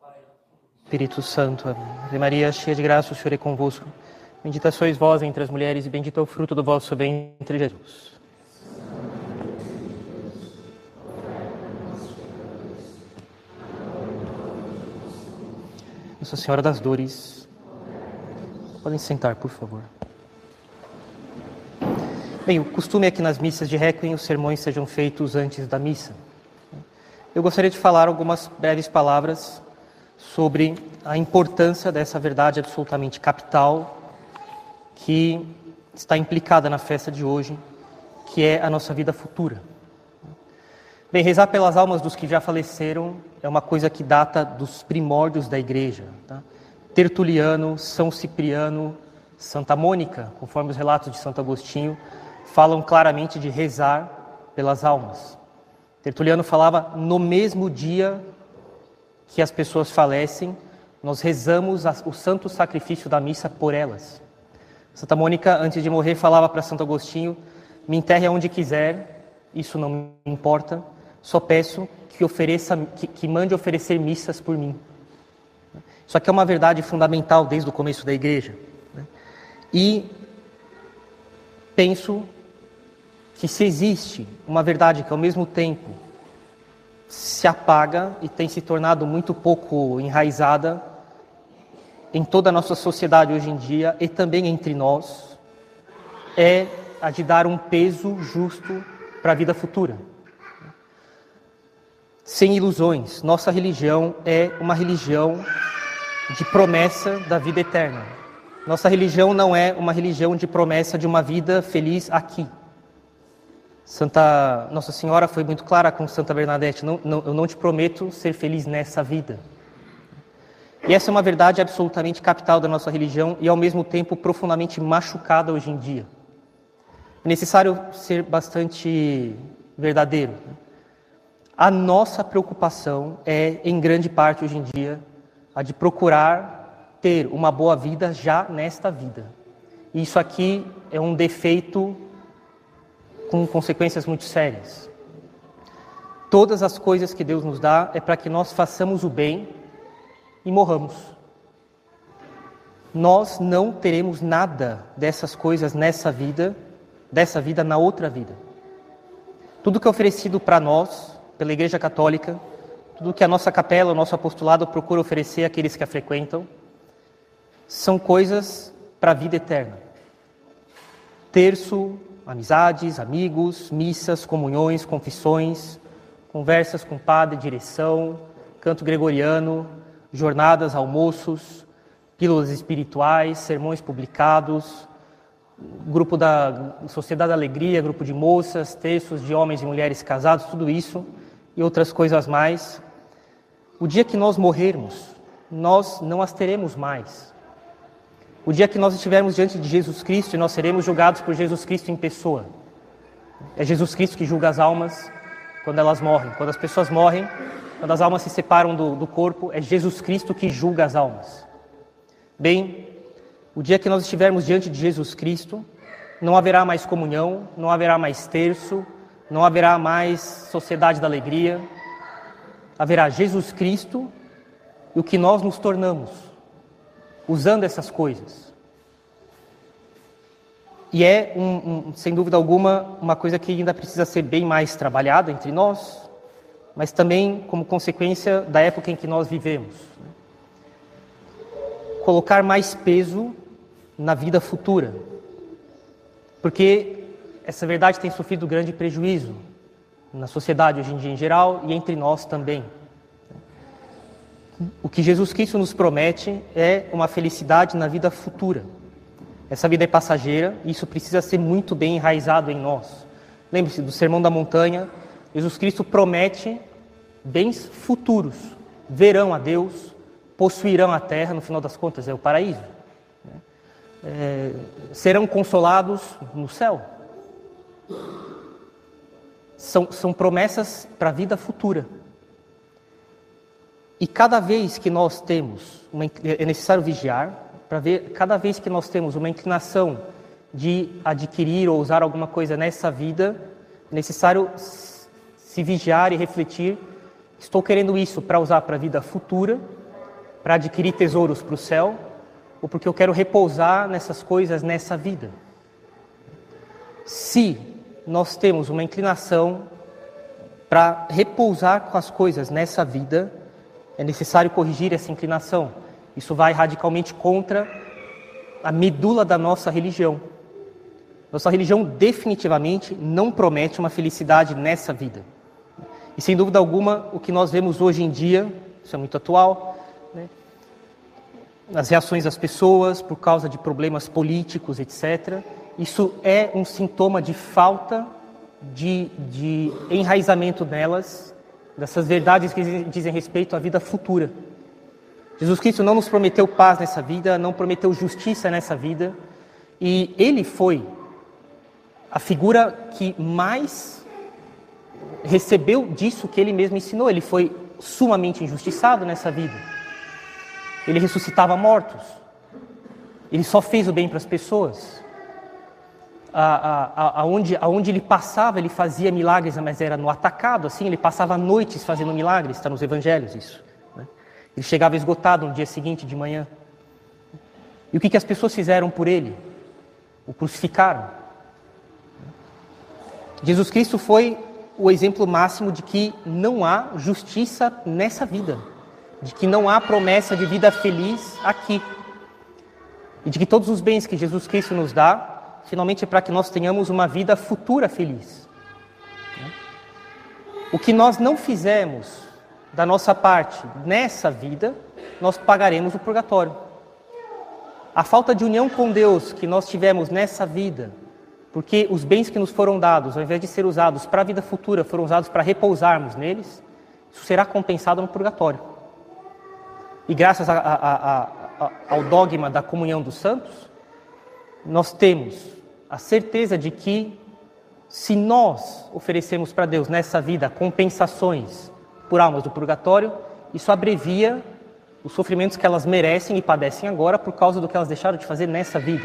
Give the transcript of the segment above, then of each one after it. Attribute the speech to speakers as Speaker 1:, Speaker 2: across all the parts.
Speaker 1: Espírito Santo. Amém. Ave Maria, cheia de graça, o Senhor é convosco. Bendita sois vós entre as mulheres e bendito é o fruto do vosso ventre, Jesus. Nossa Senhora das Dores. Podem sentar, por favor. Bem, o costume é que nas missas de Réquiem os sermões sejam feitos antes da missa. Eu gostaria de falar algumas breves palavras sobre a importância dessa verdade absolutamente capital que está implicada na festa de hoje, que é a nossa vida futura. Bem, rezar pelas almas dos que já faleceram é uma coisa que data dos primórdios da Igreja. Tá? Tertuliano, São Cipriano, Santa Mônica, conforme os relatos de Santo Agostinho, falam claramente de rezar pelas almas. Tertuliano falava no mesmo dia que as pessoas falecem, nós rezamos o santo sacrifício da missa por elas. Santa Mônica, antes de morrer, falava para Santo Agostinho: me enterre aonde quiser, isso não me importa, só peço que mande oferecer missas por mim. Isso aqui é uma verdade fundamental desde o começo da Igreja. E penso que se existe uma verdade que ao mesmo tempo se apaga e tem se tornado muito pouco enraizada em toda a nossa sociedade hoje em dia e também entre nós, é a de dar um peso justo para a vida futura. Sem ilusões, nossa religião é uma religião de promessa da vida eterna. Nossa religião não é uma religião de promessa de uma vida feliz aqui. Nossa Senhora foi muito clara com Santa Bernadette: eu não te prometo ser feliz nessa vida. E essa é uma verdade absolutamente capital da nossa religião e ao mesmo tempo profundamente machucada hoje em dia. É necessário ser bastante verdadeiro. A nossa preocupação é, em grande parte hoje em dia, a de procurar ter uma boa vida já nesta vida. E isso aqui é um defeito com consequências muito sérias. Todas as coisas que Deus nos dá é para que nós façamos o bem e morramos. Nós não teremos nada dessas coisas nessa vida, dessa vida na outra vida. Tudo que é oferecido para nós, pela Igreja Católica, tudo que a nossa capela, o nosso apostolado procura oferecer àqueles que a frequentam, são coisas para a vida eterna. Terço, amizades, amigos, missas, comunhões, confissões, conversas com padre, direção, canto gregoriano, jornadas, almoços, pílulas espirituais, sermões publicados, grupo da Sociedade da Alegria, grupo de moças, terços de homens e mulheres casados, tudo isso e outras coisas mais. O dia que nós morrermos, nós não as teremos mais. O dia que nós estivermos diante de Jesus Cristo e nós seremos julgados por Jesus Cristo em pessoa. É Jesus Cristo que julga as almas quando elas morrem. Quando as pessoas morrem, quando as almas se separam do corpo, é Jesus Cristo que julga as almas. Bem, o dia que nós estivermos diante de Jesus Cristo, não haverá mais comunhão, não haverá mais terço, não haverá mais sociedade da alegria. Haverá Jesus Cristo e o que nós nos tornamos usando essas coisas. E é, sem dúvida alguma, uma coisa que ainda precisa ser bem mais trabalhada entre nós, mas também como consequência da época em que nós vivemos. Colocar mais peso na vida futura, porque essa verdade tem sofrido grande prejuízo na sociedade hoje em dia em geral e entre nós também. O que Jesus Cristo nos promete é uma felicidade na vida futura. Essa vida é passageira e isso precisa ser muito bem enraizado em nós. Lembre-se do Sermão da Montanha, Jesus Cristo promete bens futuros. Verão a Deus, possuirão a terra, no final das contas é o paraíso. Serão consolados no céu. São promessas para a vida futura. E cada vez que nós temos, é necessário vigiar, para ver, cada vez que nós temos uma inclinação de adquirir ou usar alguma coisa nessa vida, é necessário se vigiar e refletir: estou querendo isso para usar para a vida futura para adquirir tesouros para o céu, ou porque eu quero repousar nessas coisas nessa vida. Se nós temos uma inclinação para repousar com as coisas nessa vida, é necessário corrigir essa inclinação. Isso vai radicalmente contra a medula da nossa religião. Nossa religião definitivamente não promete uma felicidade nessa vida. E sem dúvida alguma, o que nós vemos hoje em dia, isso é muito atual, né? As reações das pessoas por causa de problemas políticos, etc., isso é um sintoma de falta de enraizamento nelas, dessas verdades que dizem respeito à vida futura. Jesus Cristo não nos prometeu paz nessa vida, não prometeu justiça nessa vida, e Ele foi a figura que mais recebeu disso que Ele mesmo ensinou. Ele foi sumamente injustiçado nessa vida. Ele ressuscitava mortos. Ele só fez o bem para as pessoas. Aonde ele passava, ele fazia milagres, mas era no atacado, assim, ele passava noites fazendo milagres, está nos evangelhos isso. Né? Ele chegava esgotado no dia seguinte de manhã. E o que as pessoas fizeram por ele? O crucificaram. Jesus Cristo foi o exemplo máximo de que não há justiça nessa vida, de que não há promessa de vida feliz aqui, e de que todos os bens que Jesus Cristo nos dá, finalmente é para que nós tenhamos uma vida futura feliz. O que nós não fizemos da nossa parte nessa vida, nós pagaremos no purgatório. A falta de união com Deus que nós tivemos nessa vida, porque os bens que nos foram dados, ao invés de ser usados para a vida futura, foram usados para repousarmos neles, isso será compensado no purgatório. E graças ao dogma da comunhão dos santos, nós temos a certeza de que, se nós oferecemos para Deus nessa vida compensações por almas do purgatório, isso abrevia os sofrimentos que elas merecem e padecem agora por causa do que elas deixaram de fazer nessa vida.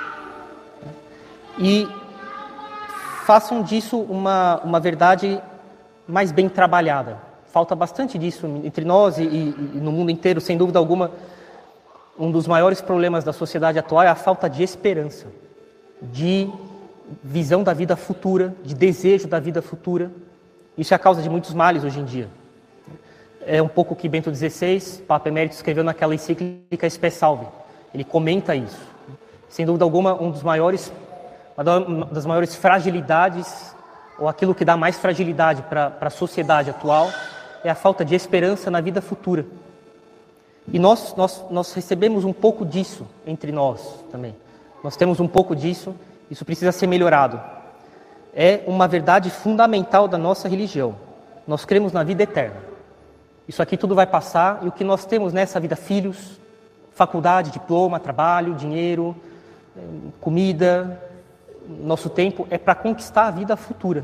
Speaker 1: E façam disso uma verdade mais bem trabalhada. Falta bastante disso entre nós e no mundo inteiro, sem dúvida alguma. Um dos maiores problemas da sociedade atual é a falta de esperança, de visão da vida futura, de desejo da vida futura. Isso é a causa de muitos males hoje em dia. É um pouco o que Bento XVI, Papa Emérito, escreveu naquela encíclica Spe Salve. Ele comenta isso. Sem dúvida alguma, uma das maiores fragilidades, ou aquilo que dá mais fragilidade para a sociedade atual, é a falta de esperança na vida futura. E nós recebemos um pouco disso entre nós também. Nós temos um pouco disso, isso precisa ser melhorado. É uma verdade fundamental da nossa religião. Nós cremos na vida eterna. Isso aqui tudo vai passar, e o que nós temos nessa vida, filhos, faculdade, diploma, trabalho, dinheiro, comida, nosso tempo, é para conquistar a vida futura.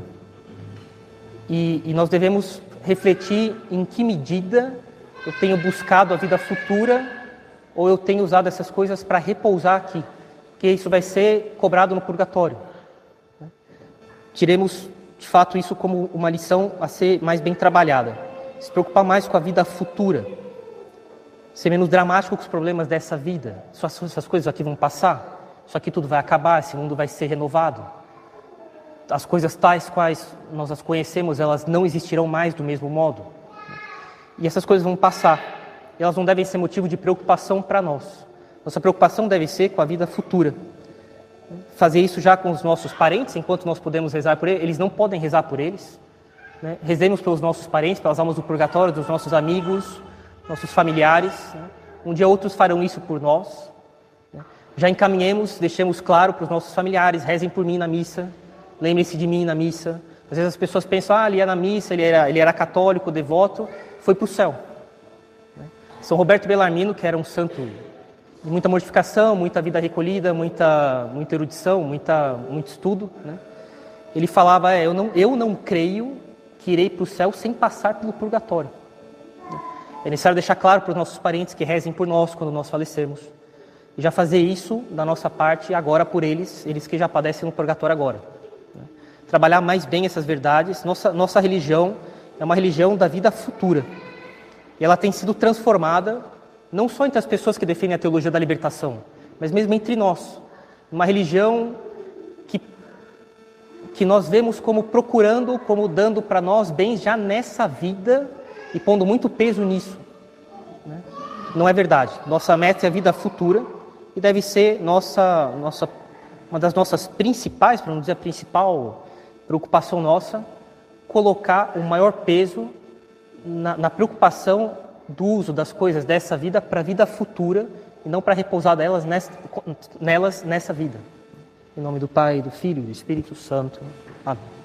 Speaker 1: E nós devemos refletir em que medida eu tenho buscado a vida futura ou eu tenho usado essas coisas para repousar aqui, porque isso vai ser cobrado no purgatório. Tiremos, de fato, isso como uma lição a ser mais bem trabalhada. Se preocupar mais com a vida futura, ser menos dramático com os problemas dessa vida. Essas coisas aqui vão passar, isso aqui tudo vai acabar, esse mundo vai ser renovado. As coisas tais quais nós as conhecemos, elas não existirão mais do mesmo modo. E essas coisas vão passar, e elas não devem ser motivo de preocupação para nós. Nossa preocupação deve ser com a vida futura. Fazer isso já com os nossos parentes, enquanto nós podemos rezar por eles não podem rezar por eles. Né? Rezemos pelos nossos parentes, pelas almas do purgatório, dos nossos amigos, nossos familiares. Né? Um dia outros farão isso por nós. Né? Já encaminhemos, deixemos claro para os nossos familiares, rezem por mim na missa, lembrem-se de mim na missa. Às vezes as pessoas pensam, ele ia na missa, ele era católico, devoto, foi para o céu. Né? São Roberto Bellarmino, que era um santo de muita mortificação, muita vida recolhida, muita erudição, muito estudo, né? Ele falava, eu não creio que irei para o céu sem passar pelo purgatório. É necessário deixar claro para os nossos parentes que rezem por nós quando nós falecermos. E já fazer isso da nossa parte agora por eles que já padecem no purgatório agora. Trabalhar mais bem essas verdades. Nossa religião é uma religião da vida futura. E ela tem sido transformada não só entre as pessoas que defendem a teologia da libertação, mas mesmo entre nós. Uma religião que nós vemos como procurando, como dando para nós bens já nessa vida e pondo muito peso nisso. Né? Não é verdade. Nossa meta é a vida futura e deve ser uma das nossas principais, para não dizer a principal preocupação nossa, colocar o maior peso na preocupação do uso das coisas dessa vida para a vida futura e não para repousar nelas nessa vida. Em nome do Pai, do Filho e do Espírito Santo. Amém.